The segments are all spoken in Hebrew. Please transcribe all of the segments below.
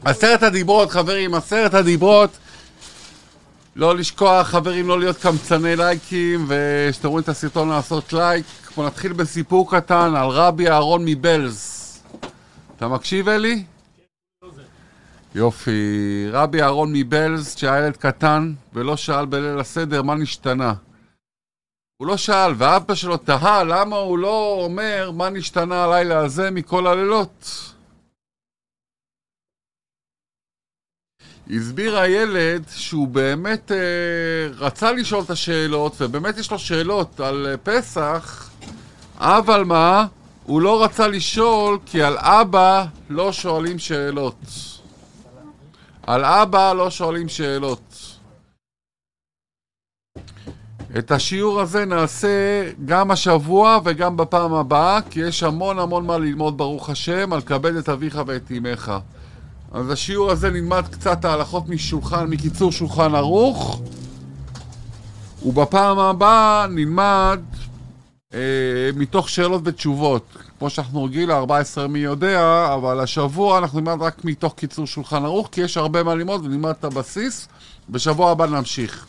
10 הדיברות, חברים, 10 הדיברות. לא לשכוח, חברים, לא להיות קמצני לייקים, ושאתם רואים את הסרטון לעשות לייק. בוא נתחיל בסיפור קטן על רבי אהרון מבלז. אתה מקשיב, אלי? יופי. רבי אהרון מבלז, שהיה ילד קטן, ולא שאל בליל הסדר מה נשתנה. הוא לא שאל, ואבא שלו תהה למה הוא לא אומר מה נשתנה הלילה הזה מכל הלילות. הסביר הילד שהוא באמת רצה לשאול את השאלות, ובאמת יש לו שאלות על פסח, אבל מה? הוא לא רצה לשאול כי על אבא לא שואלים שאלות. על אבא לא שואלים שאלות. את השיעור הזה נעשה גם השבוע וגם בפעם הבאה, כי יש המון מה ללמוד ברוך השם על כבד את אביך ואת אמך. אז השיעור הזה נלמד קצת ההלכות מקיצור שולחן ערוך, ובפעם הבאה נלמד מתוך שאלות ותשובות. כמו שאנחנו רגיל, 14 מי יודע, אבל השבוע אנחנו נלמד רק מתוך קיצור שולחן ערוך, כי יש הרבה מה ללמוד ונלמד את הבסיס. בשבוע הבא נמשיך.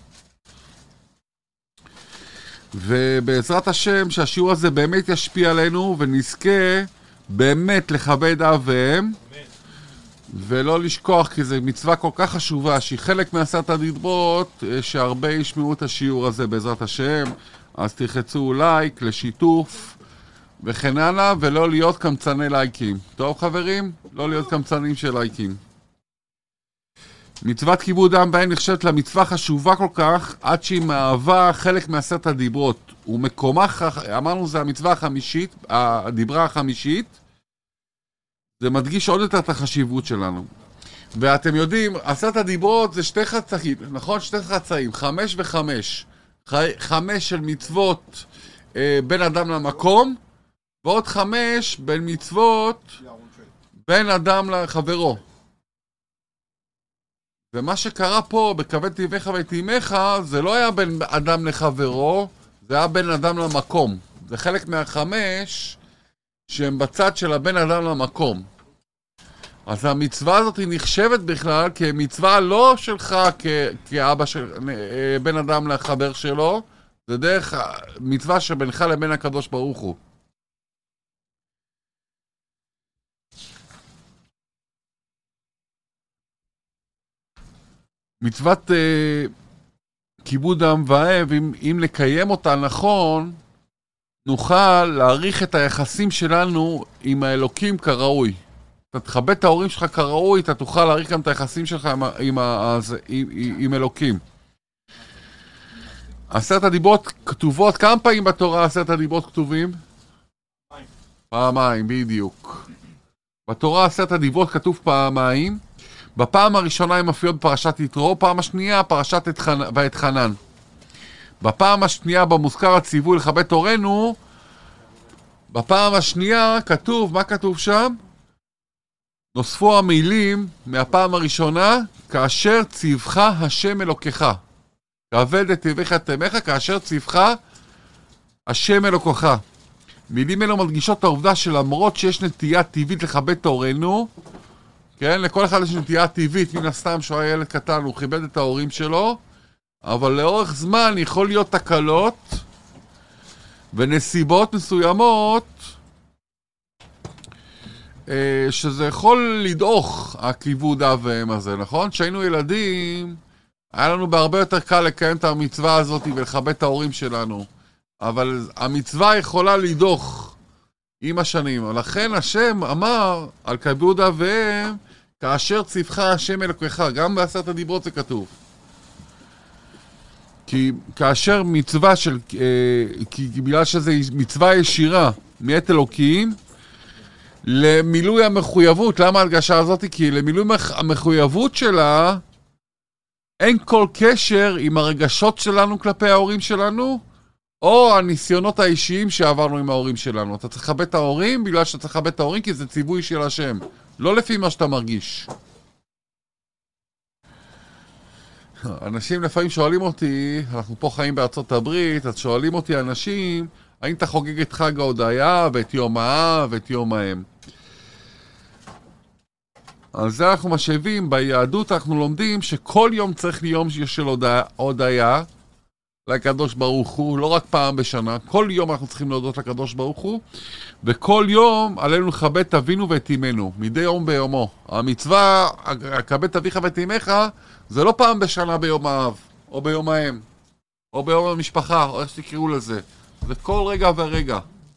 ובעזרת השם שהשיעור הזה באמת ישפיע עלינו ונזכה באמת לכבד אב ואם, ולא לשכוח, כי זו מצווה כל כך חשובה שהיא חלק מ10 הדיברות, שהרבה ישמעו את השיעור הזה בעזרת השם. אז תלחצו לייק לשיתוף וכן הלאה, ולא להיות קמצני לייקים. טוב חברים? לא להיות קמצנים של לייקים. מצוות כיבוד עם ואם נחשבת למצווה חשובה כל כך, עד שהיא מהווה חלק מ10 הדיברות. ומקומה, אמרנו, זה המצווה החמישית, הדיברה החמישית. זה מדגיש עוד יותר את החשיבות שלנו. ואתם יודעים, 10 הדיברות זה 2 חצאים, נכון? 2 חצאים, 5 ו5. 5 של מצוות בין אדם למקום, ועוד 5 בין מצוות בין אדם לחברו. ומה שקרה פה בכבד תאביך ואת אמך, זה לא היה בין אדם לחברו, זה היה בין אדם למקום. זה חלק מה5 שהם בצד של הבן אדם למקום. אז המצווה הזאת היא נחשבת בכלל כמצווה לא שלך כאבא של בן אדם לחבר שלו, זה דרך מצווה שבינך לבין הקדוש ברוך הוא. מצוות כיבוד עם ואב, אם לקיים אותה נכון, נוכל להעריך את היחסים שלנו עם האלוקים כראוי. אתה תכבד את ההורים שלך כראוי, אתה תוכל להעריך גם את היחסים שלך עם אלוקים. 10 הדיברות כתובות, כמה פעמים בתורה 10 הדיברות כתובים? פעמיים, בדיוק. בתורה 10 הדיברות כתוב פעמיים. בפעם הראשונה הם מופיעות בפרשת יתרו, פעם השנייה פרשת ואתחנן. בפעם השנייה במוזכר הציווי לכבד תורנו, בפעם השנייה כתוב, מה כתוב שם? נוספו המילים מהפעם הראשונה, כאשר ציווך השם אלוקך. כבד את אביך ואת אמך, כאשר ציווך השם אלוקך. מילים אלו מדגישות את העובדה שלמרות שיש נטייה טבעית לכבד תורנו, כן, לכל אחד יש נטייה טבעית, מן הסתם שהוא היה ילד קטן, הוא כיבד את ההורים שלו, אבל לאורך זמן יכול להיות תקלות ונסיבות מסוימות שזה יכול לדעוך הכיבוד אב ואם הזה, נכון? כשהיינו ילדים היה לנו בהרבה יותר קל לקיים את המצווה הזאת ולכבד את ההורים שלנו, אבל המצווה יכולה לדעוך עם השנים. ולכן השם אמר על כיבוד אב ואם, כאשר ציווך השם אלוקך, גם ב10 הדיברות זה כתוב. כי כאשר מצווה של, כי בגלל שזה מצווה ישירה מאת אלוקים, למילוי המחויבות, למה ההדגשה הזאת? כי למילוי המחויבות שלה, אין כל קשר עם הרגשות שלנו כלפי ההורים שלנו, או הניסיונות האישיים שעברנו עם ההורים שלנו. אתה צריך לכבד את ההורים בגלל שאתה צריך לכבד את ההורים, כי זה ציווי של השם, לא לפי מה שאתה מרגיש. אנשים לפעמים שואלים אותי, אנחנו פה חיים בארצות הברית, אז שואלים אותי אנשים, האם אתה חוגג את חג ההודיה ואת יום האב ואת יום האם? על זה אנחנו משאבים, ביהדות אנחנו לומדים שכל יום צריך ליום של הודיה לקדוש ברוך הוא, לא רק פעם בשנה, כל יום אנחנו צריכים להודות לקדוש ברוך הוא, וכל יום עלינו לכבד את אבינו ואת אמנו, מדי יום ביומו. המצווה, הכבד את אביך ואת אמך, זה לא פעם בשנה ביום האב, או ביום האם, או ביום המשפחה, או איך שתקראו לזה. זה כל רגע ורגע.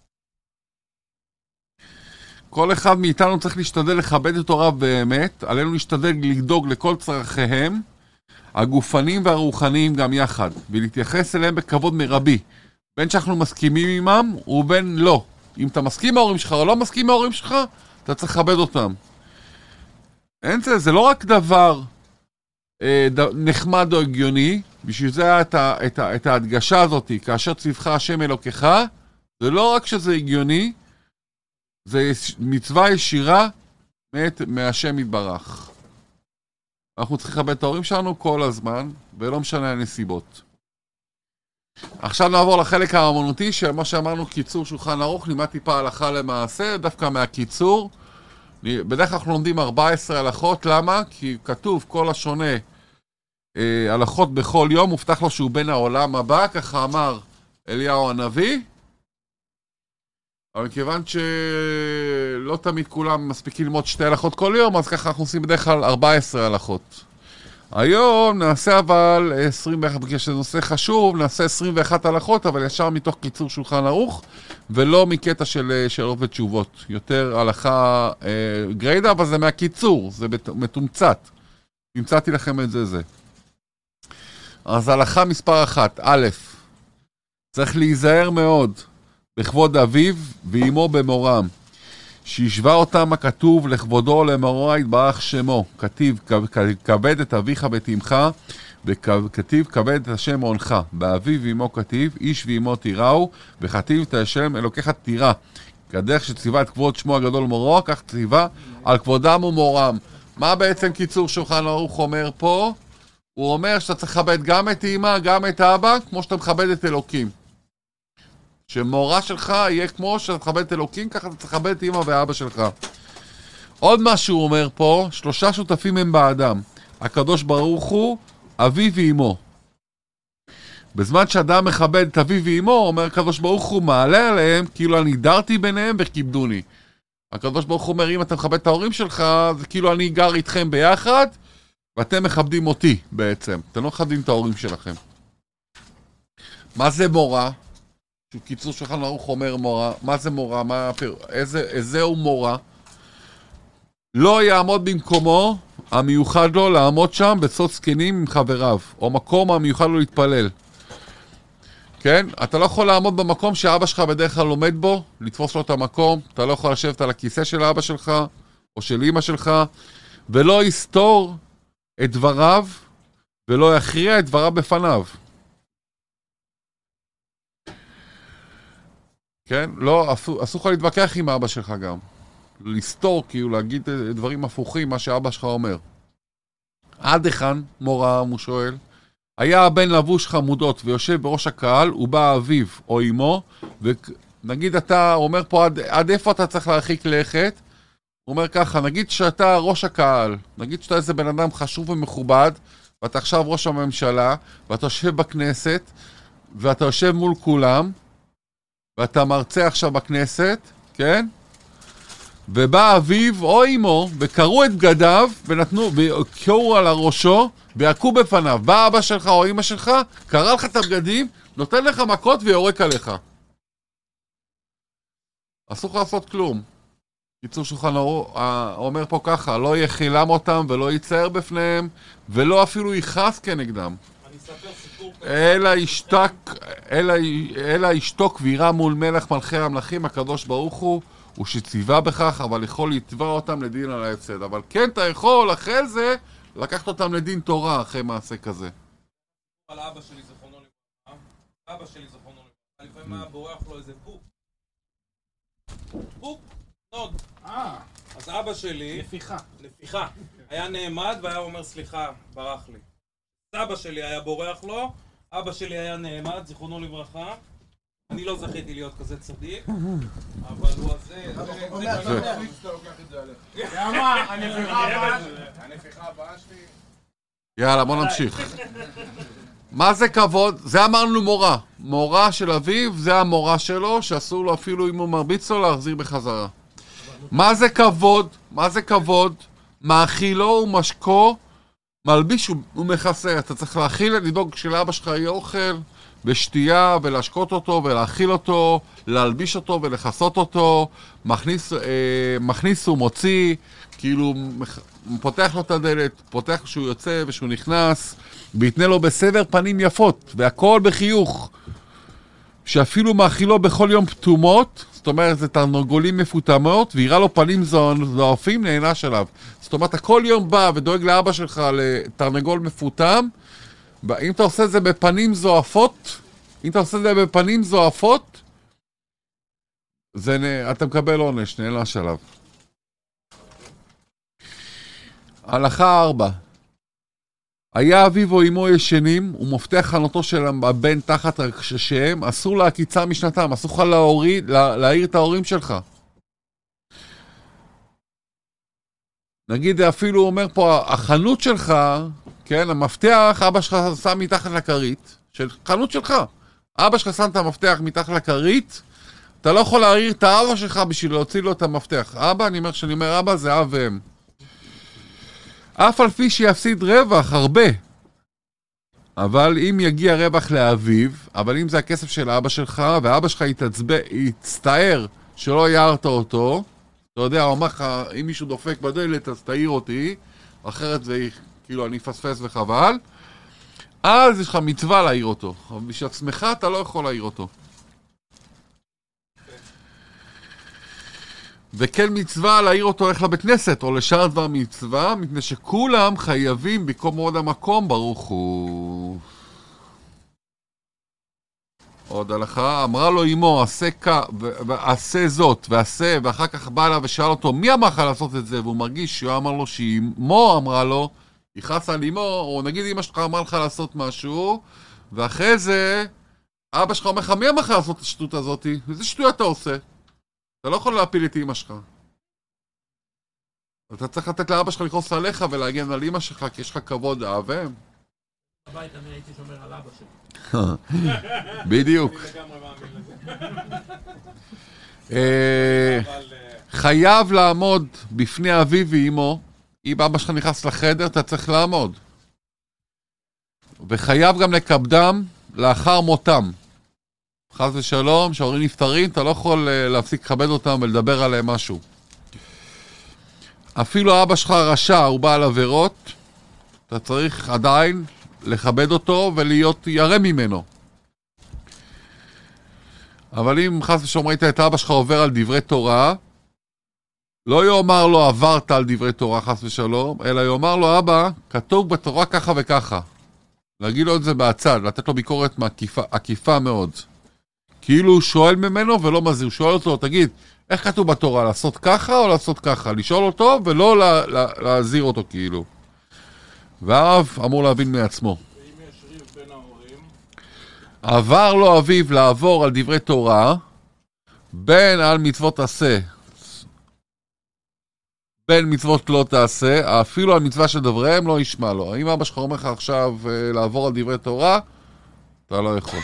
כל אחד מאיתנו צריך להשתדל לכבד את הוריו באמת, עלינו להשתדל לדאוג לכל צרכיהם, הגופנים והרוחניים גם יחד, ולהתייחס אליהם בכבוד מרבי, בין שאנחנו מסכימים עמם ובין לא. אם אתה מסכים עם ההורים שלך או לא מסכים עם ההורים שלך, אתה צריך לכבד אותם. אין זה לא רק דבר נחמד או הגיוני, בשביל זה את ההדגשה הזאת, כאשר ציווך השם אלוקיך, זה לא רק שזה הגיוני, זה מצווה ישירה מהשם יתברך. אנחנו צריכים לכבד את ההורים שלנו כל הזמן, ולא משנה הנסיבות. עכשיו נעבור לחלק האמנותי, שמה שאמרנו קיצור שולחן ערוך, לימד טיפה הלכה למעשה, דווקא מהקיצור. בדרך כלל אנחנו לומדים 14 הלכות, למה? כי כתוב כל השונה הלכות בכל יום, מובטח לו שהוא בן העולם הבא, ככה אמר אליהו הנביא. אבל כיוון שלא תמיד כולם מספיקים ללמוד 2 הלכות כל יום, אז ככה אנחנו עושים בדרך כלל 14 הלכות. היום נעשה אבל 21, בגלל שזה נושא חשוב, נעשה 21 הלכות, אבל ישר מתוך קיצור שולחן ערוך, ולא מקטע של שאלות ותשובות. יותר הלכה גריידה, אבל זה מהקיצור, זה מתומצת. נמצאתי לכם את זה. אז הלכה מספר 1, א', צריך להיזהר מאוד בכבוד אביו ואמו במורם, שישווה אותם הכתוב לכבודו למורא יתברך שמו. כתיב כבד את אביך ואת אמך, וכתיב כבד את השם מעונך. באביו ואמו כתיב איש ואמו תיראו, וכתיב את השם אלוקיך תירא. כדרך שציווה את כבוד שמו הגדול מורו, כך ציווה על כבודם ומורם. מה בעצם קיצור שולחן ערוך אומר פה? הוא אומר שאתה צריך לכבד גם את אמא, גם את אבא, כמו שאתה מכבד את אלוקים. שמורה שלך יהיה כמו שאתה מכבד את אלוקים, ככה אתה צריך לכבד את אמא ואבא שלך. עוד מה שהוא אומר פה, 3 שותפים הם באדם. הקדוש ברוך הוא, אבי ואמו. בזמן שאדם מכבד את אבי ואמו, אומר הקדוש ברוך הוא מעלה עליהם, כאילו אני דרתי ביניהם וכיבדוני. הקדוש ברוך הוא אומר, אם אתה מכבד את ההורים שלך, זה כאילו אני גר איתכם ביחד, ואתם מכבדים אותי בעצם. אתם לא מכבדים את ההורים שלכם. מה זה מורה? קיצור שולחן ערוך אומר מורה. מה זה מורה? איזה הוא מורה? לא יעמוד במקומו המיוחד לו לעמוד שם בסוד זקנים עם חבריו, או מקום המיוחד לו להתפלל. כן? אתה לא יכול לעמוד במקום שאבא שלך בדרך כלל לומד בו, לתפוס לו את המקום. אתה לא יכול לשבת על הכיסא של אבא שלך או של אמא שלך, ולא יסתור את דבריו ולא יכריע את דבריו בפניו. כן? לא, אסור לך להתווכח עם אבא שלך גם. לסתור, כאילו להגיד דברים הפוכים, מה שאבא שלך אומר. עד היכן, מורה, הוא שואל, היה הבן לבוש חמודות ויושב בראש הקהל, הוא בא אביו או אמו, ונגיד אתה אומר פה עד איפה אתה צריך להרחיק לכת, הוא אומר ככה, נגיד שאתה ראש הקהל, נגיד שאתה איזה בן אדם חשוב ומכובד, ואתה עכשיו ראש הממשלה, ואתה יושב בכנסת, ואתה יושב מול כולם, ואתה מרצה עכשיו בכנסת, כן? ובא אביו או אמו, וקראו את בגדיו, וקראו על הראשו, ויעקו בפניו. בא אבא שלך או אמא שלך, קרא לך את הבגדים, נותן לך מכות ויורק עליך. אסור לך לעשות כלום. קיצור שולחן ערוך אומר פה ככה, לא יחילם אותם ולא יצער בפניהם, ולא אפילו יכעס כנגדם. אלא ישתוק וירא מול מלך מלכי המלכים הקדוש ברוך הוא, ושציווה בכך, אבל יכול לתבוע אותם לדין על ההפסד. אבל כן אתה יכול אחרי זה לקחת אותם לדין תורה אחרי מעשה כזה. על אבא שלי זכרונו לברכה, אבא שלי זכרונו לברכה, לפעמים היה בורח לו איזה פוק נוד. אז אבא שלי נפיחה היה נעמד והיה אומר סליחה, ברח לי. אבא שלי היה בורח לו, אבא שלי היה נעמד, זכרונו לברכה, אני לא זכיתי להיות כזה צדיק, אבל הוא הזה... הנפיחה הבאה שלי... יאללה, בוא נמשיך. מה זה כבוד? זה אמרנו מורה. מורה של אביו, זה המורה שלו, שאסור לו אפילו אם הוא מרביץ לו להחזיר בחזרה. מה זה כבוד? מה זה כבוד? מאכילו ומשקו, מלביש ומכסה. אתה צריך להאכיל, לדאוג שלאבא שלך יהיה אוכל, ושתייה, ולהשקות אותו, ולהאכיל אותו, להלביש אותו ולכסות אותו, מכניס ומוציא, כאילו פותח לו את הדלת, פותח כשהוא יוצא ושהוא נכנס, ויתנה לו בסבר פנים יפות, והכל בחיוך, שאפילו מאכילו בכל יום פתומות, זאת אומרת זה תרנגולים מפותמות, ויראה לו פנים זועפים, נענש עליו. זאת אומרת, אתה כל יום בא ודואג לאבא שלך לתרנגול מפותם, אם אתה עושה את זה בפנים זועפות, אתה מקבל עונש, נענש עליו. הלכה 4. היה אביו או אמו ישנים, ומפתח חנותו של הבן תחת רגששם, אסור להקיצה משנתם, אסור לך להעיר את ההורים שלך. נגיד אפילו הוא אומר פה, החנות שלך, כן, המפתח, אבא שלך שם מתחת לכרית, של חנות שלך. אבא שלך שם את המפתח מתחת לכרית, אתה לא יכול להעיר את האבא שלך בשביל להוציא לו את המפתח. אבא, אני אומר אבא, זה אב והם. אף על פי שיפסיד רווח הרבה, אבל אם יגיע רווח לאביו, אבל אם זה הכסף של אבא שלך, ואבא שלך יצטער שלא יערת אותו, אתה יודע, הוא אמר לך, אם מישהו דופק בדלת, אז תעיר אותי, אחרת זה כאילו אני אפספס וחבל, אז יש לך מצווה להעיר אותו, אבל בשביל עצמך אתה לא יכול להעיר אותו. וכן מצווה להעיר אותו איך לבית כנסת, או לשאר דבר מצווה, מפני שכולם חייבים בקום עוד המקום, ברוך הוא. עוד הלכה, אמרה לו אמו, עשה זאת, ועשה, ואחר כך בא לה ושאל אותו, מי אמר לך לעשות את זה? והוא מרגיש שהוא אמר לו שאמו אמרה לו, יכעס על אמו, או נגיד אמא שלך אמר לך לעשות משהו, ואחרי זה, אבא שלך אומר לך, מי אמר לך לעשות את השטות הזאת? איזה שטויות אתה עושה? אתה לא יכול להפיל את אמא שלך. אתה צריך לתת לאבא שלך לכעוס עליך ולהגן על אמא שלך, כי יש לך כבוד אהבם. בבית אני הייתי שומר על אבא שלי. בדיוק. אני לגמרי מאמין לזה. חייב לעמוד בפני אביו ואמו. אם אבא שלך נכנס לחדר, אתה צריך לעמוד. וחייב גם לקפדם לאחר מותם. חס ושלום, שההורים נפטרים, אתה לא יכול להפסיק לכבד אותם ולדבר עליהם משהו. אפילו אבא שלך רשע, הוא בעל עבירות, אתה צריך עדיין לכבד אותו ולהיות ירא ממנו. אבל אם חס ושלום ראית את אבא שלך עובר על דברי תורה, לא יאמר לו עברת על דברי תורה חס ושלום, אלא יאמר לו אבא, כתוב בתורה ככה וככה. להגיד לו את זה בהצד, לתת לו ביקורת עקיפה מאוד. כאילו הוא שואל ממנו ולא מזהיר, הוא שואל אותו, תגיד, איך כתוב בתורה, לעשות ככה או לעשות ככה? לשאול אותו ולא להזהיר אותו כאילו. והאב אמור להבין מעצמו. ואם יש ריב בין ההורים? עבר לו אביו לעבור על דברי תורה, בין על מצוות עשה, בין מצוות לא תעשה, אפילו על מצווה של דבריהם לא ישמע לו. אם אבא שלך אומר לך עכשיו לעבור על דברי תורה, אתה לא יכול.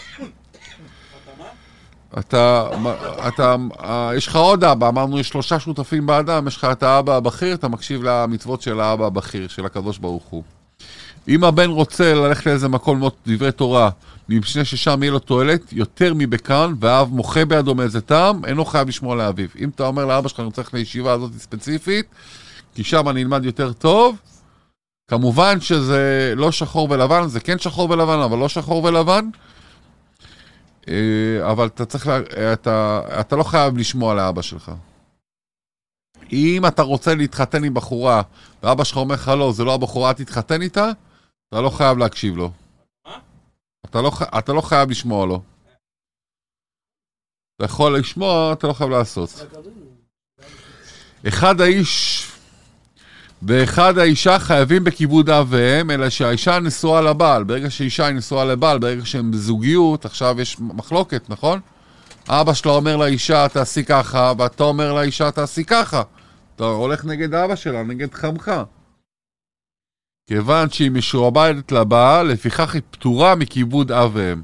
יש לך עוד אבא, אמרנו יש 3 שותפים באדם, יש לך את האבא הבכיר, אתה מקשיב למצוות של האבא הבכיר, של הקדוש ברוך הוא. אם הבן רוצה ללכת לאיזה מקום ללמוד דברי תורה, מפני ששם יהיה לו תועלת יותר מבכאן, והאב מוחה בידו מאיזה טעם, אינו חייב לשמוע לאביו. אם אתה אומר לאבא שלך, אני רוצה ללכת לישיבה הזאת ספציפית, כי שם אני אלמד יותר טוב, כמובן שזה לא שחור ולבן, זה כן שחור ולבן, אבל לא שחור ולבן, אבל אתה צריך, אתה לא חייב לשמוע לאבא שלך. אם אתה רוצה להתחתן עם בחורה, ואבא שלך אומר לך לא, זה לא הבחורה, תתחתן איתה, אתה לא חייב להקשיב לו. אתה לא חייב לשמוע לו. אתה יכול לשמוע, אתה לא חייב לעשות. אחד האיש ואחד האישה חייבים בכיבוד אב ואם, אלא שהאישה נשואה לבעל. ברגע שאישה היא נשואה לבעל, ברגע שהם בזוגיות, עכשיו יש מחלוקת, נכון? אבא שלה אומר לאישה תעשי ככה, ואתה אומר לאישה תעשי ככה. אתה הולך נגד אבא שלה, נגד חמך. כיוון שהיא משועבדת לבעל, לפיכך היא פטורה מכיבוד אב ואם.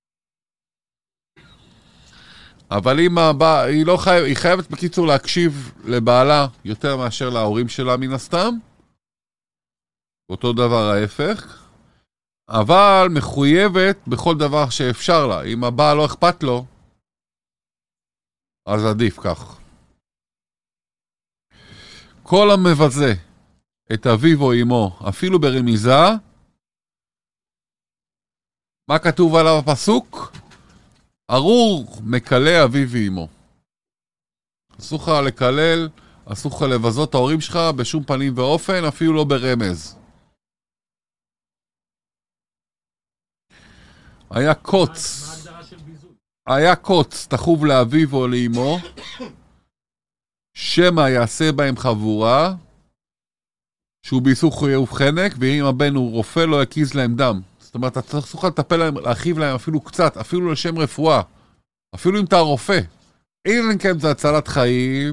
אבל אם היא חייבת בקיצור להקשיב לבעלה יותר מאשר להורים שלה מן הסתם. אותו דבר ההפך. אבל מחויבת בכל דבר שאפשר לה. אם הבעל לא אכפת לו, אז עדיף כך. כל המבזה את אביו או אמו, אפילו ברמיזה, מה כתוב עליו הפסוק? ארור מקלה אביו ואמו. אסור לך לקלל, אסור לך לבזות את ההורים שלך בשום פנים ואופן, אפילו לא ברמז. היה קוץ. מה ההגדרה של ביזוי? היה קוץ תחוב לאביו או לאמו, שמא יעשה בהם חבורה, שהוא ביסוך חיוב חנק, ואם הבן הוא רופא לא יקיז להם דם. זאת אומרת, אתה צריך לטפל להם, להרחיב להם אפילו קצת, אפילו לשם רפואה, אפילו אם אתה רופא. אין כן זה הצלת חיים,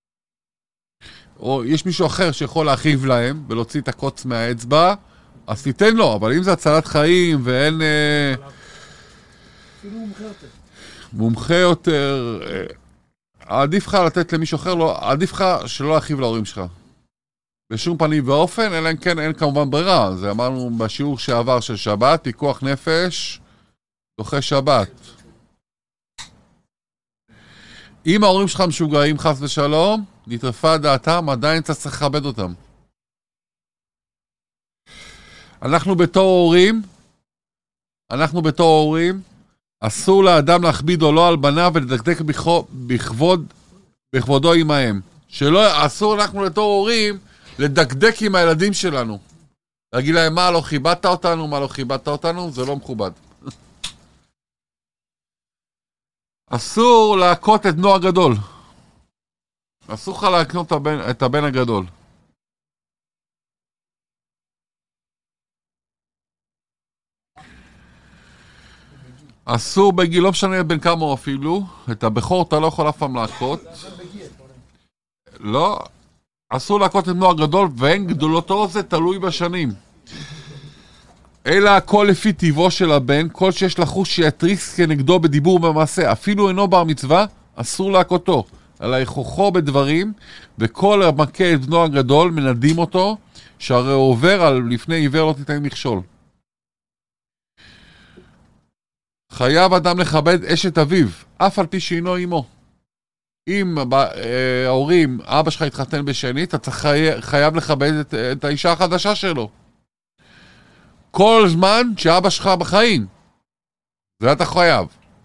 או יש מישהו אחר שיכול להרחיב להם ולהוציא את הקוץ מהאצבע, אז תיתן לו, אבל אם זה הצלת חיים ואין... אפילו מומחה יותר, עדיף לך לתת למישהו אחר, עדיף לך שלא להרחיב להורים שלך. בשום פנים ואופן, אלא אם כן אין כמובן ברירה. זה אמרנו בשיעור שעבר של שבת, פיקוח נפש, דוחה שבת. אם ההורים שלך משוגעים חס ושלום, נטרפה דעתם, עדיין אתה צריך לכבד אותם. אנחנו בתור הורים, אסור לאדם להכביד או לא על בניו ולדקדק בכבודו עמהם. אסור אנחנו לתור הורים לדקדק עם הילדים שלנו. להגיד להם מה לא חיבדת אותנו, זה לא מכובד. אסור להכות את בנו הגדול. אסור לך להכות את הבן הגדול. אסור בגיל, לא משנה בין כמה הוא אפילו, את הבכור אתה לא יכול אף פעם להכות. לא, אסור להכות את בנו הגדול, ואין גדולותו זה תלוי בשנים. אלא הכל לפי טבעו של הבן, כל שיש לחוש שיתריס כנגדו בדיבור ובמעשה, אפילו אינו בר מצווה, אסור להכותו. אלא יכוחו בדברים, וכל המכה את בנו הגדול מנדים אותו, שהרי עובר על לפני עיוור לא תיתן מכשול. חייב אדם לכבד אשת אביו, אף על פי שאינו אמו. אם ההורים, אבא שלך התחתן בשנית, אתה חייב לכבד את האישה החדשה שלו. כל זמן שאבא שלך בחיים. זה אתה חייב.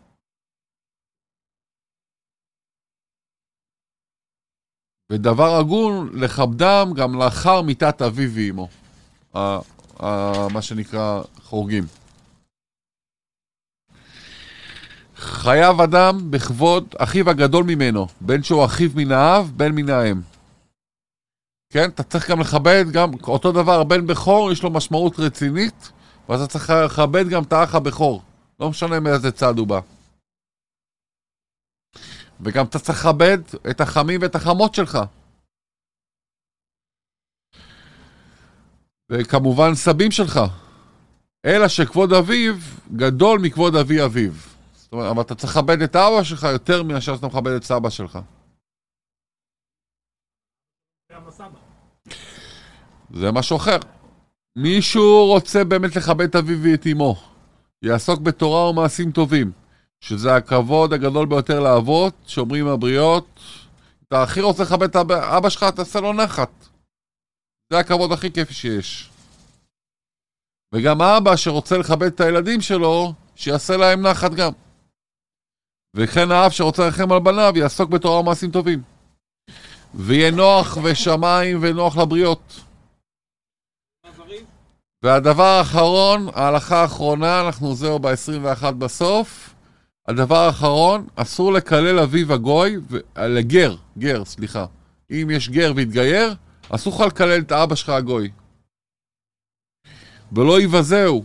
ודבר הגון, לכבדם גם לאחר מיתת אביו ואמו. מה שנקרא חורגים. חייב אדם בכבוד אחיו הגדול ממנו, בין שהוא אחיו מן האב, בין מן האם. כן, אתה צריך גם לכבד, גם אותו דבר, בן בכור יש לו משמעות רצינית, ואז אתה צריך לכבד גם את האח הבכור. לא משנה מאיזה צד הוא בא. וגם אתה צריך לכבד את החמים ואת החמות שלך. וכמובן סבים שלך. אלא שכבוד אביו גדול מכבוד אבי אביו. זאת אומרת, אבל אתה צריך לכבד את האבא שלך יותר מאשר שאתה מכבד את סבא שלך. זה משהו אחר. מישהו רוצה באמת לכבד את אביו ואת אמו. יעסוק בתורה ומעשים טובים. שזה הכבוד הגדול ביותר לאבות, שאומרים הבריות, אתה הכי רוצה לכבד את אבא שלך, תעשה לו נחת. זה הכבוד הכי כיפי שיש. וגם האבא שרוצה לכבד את הילדים שלו, שיעשה להם נחת גם. וכן האב שרוצה לרחם על בניו, יעסוק בתורה ומעשים טובים. ויהיה נוח ושמיים ונוח לבריות. והדבר האחרון, ההלכה האחרונה, אנחנו זהו ב-21 בסוף, הדבר האחרון, אסור לקלל אביו הגוי, לגר, סליחה. אם יש גר והתגייר, אסור לך לקלל את האבא שלך הגוי. ולא יבזהו.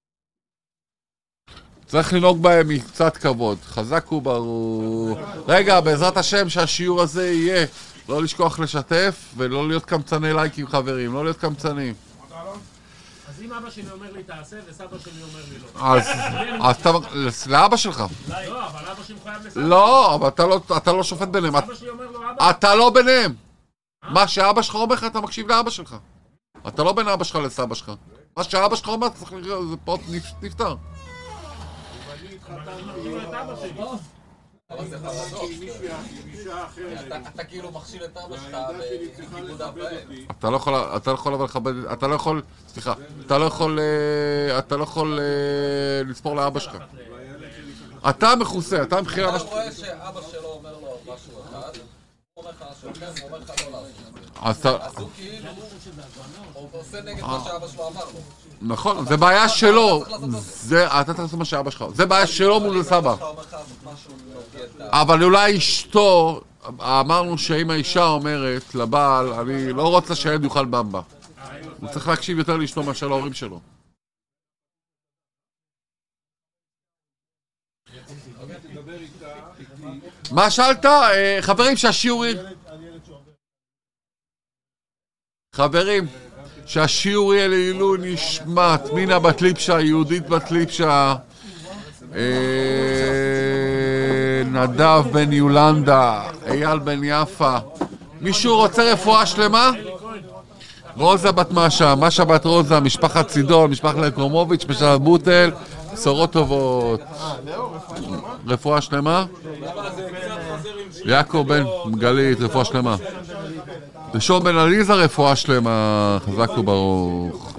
צריך לנהוג בהם מקצת כבוד. חזק וברור. רגע, בעזרת השם שהשיעור הזה יהיה לא לשכוח לשתף ולא להיות קמצני לייקים חברים. לא להיות קמצנים. אז אם אבא שלי אומר לי תעשה וסבא שלי אומר לי אז לאבא שלך. לא, אבל אבא שלי חייב לסבא. לא, אבל אתה לא שופט ביניהם. אבא שלי אומר לו אבא. אתה לא ביניהם. מה שאבא שלך אומר לך, אתה מקשיב לאבא שלך. אתה לא בין אבא שלך לסבא שלך. מה שאבא שלך אומר, אתה צריך לראות, זה פה נפטר. אתה כאילו מכשיל את אבא שלך בכיבוד אבאים. אתה לא יכול אבל לכבד, אתה לא יכול, סליחה, אתה לא יכול לספור לאבא שלך. אתה מכוסה, אתה מבחירה... אתה רואה שאבא שלו אומר לו משהו אחד, הוא אומר לך משהו אחר, הוא אומר לך לא לעשות. אז הוא כאילו, הוא עושה נגד מה שאבא שלו אמר לו. נכון, זה בעיה שלו, אתה צריך לעשות מה שאבא שלך, זה בעיה שלו מול סבא. אבל אולי אשתו, אמרנו שאם האישה אומרת לבעל, אני לא רוצה שהילד יאכל במבה. הוא צריך להקשיב יותר לאשתו מאשר להורים שלו. מה שאלת? חברים שהשיעור יהיה לעילוי נשמת מינה בת ליפשה, יהודית בת ליפשה, נדב בן יולנדה, אייל בן יפה. מישהו רוצה רפואה שלמה? רוזה בת משה בת רוזה, משפחת צידון, משפחת לקרומוביץ', משפחת בוטל, בשורות טובות. רפואה שלמה? יעקב בן גלית, רפואה שלמה. ושום בן עליזה, רפואה שלמה. חזק וברוך.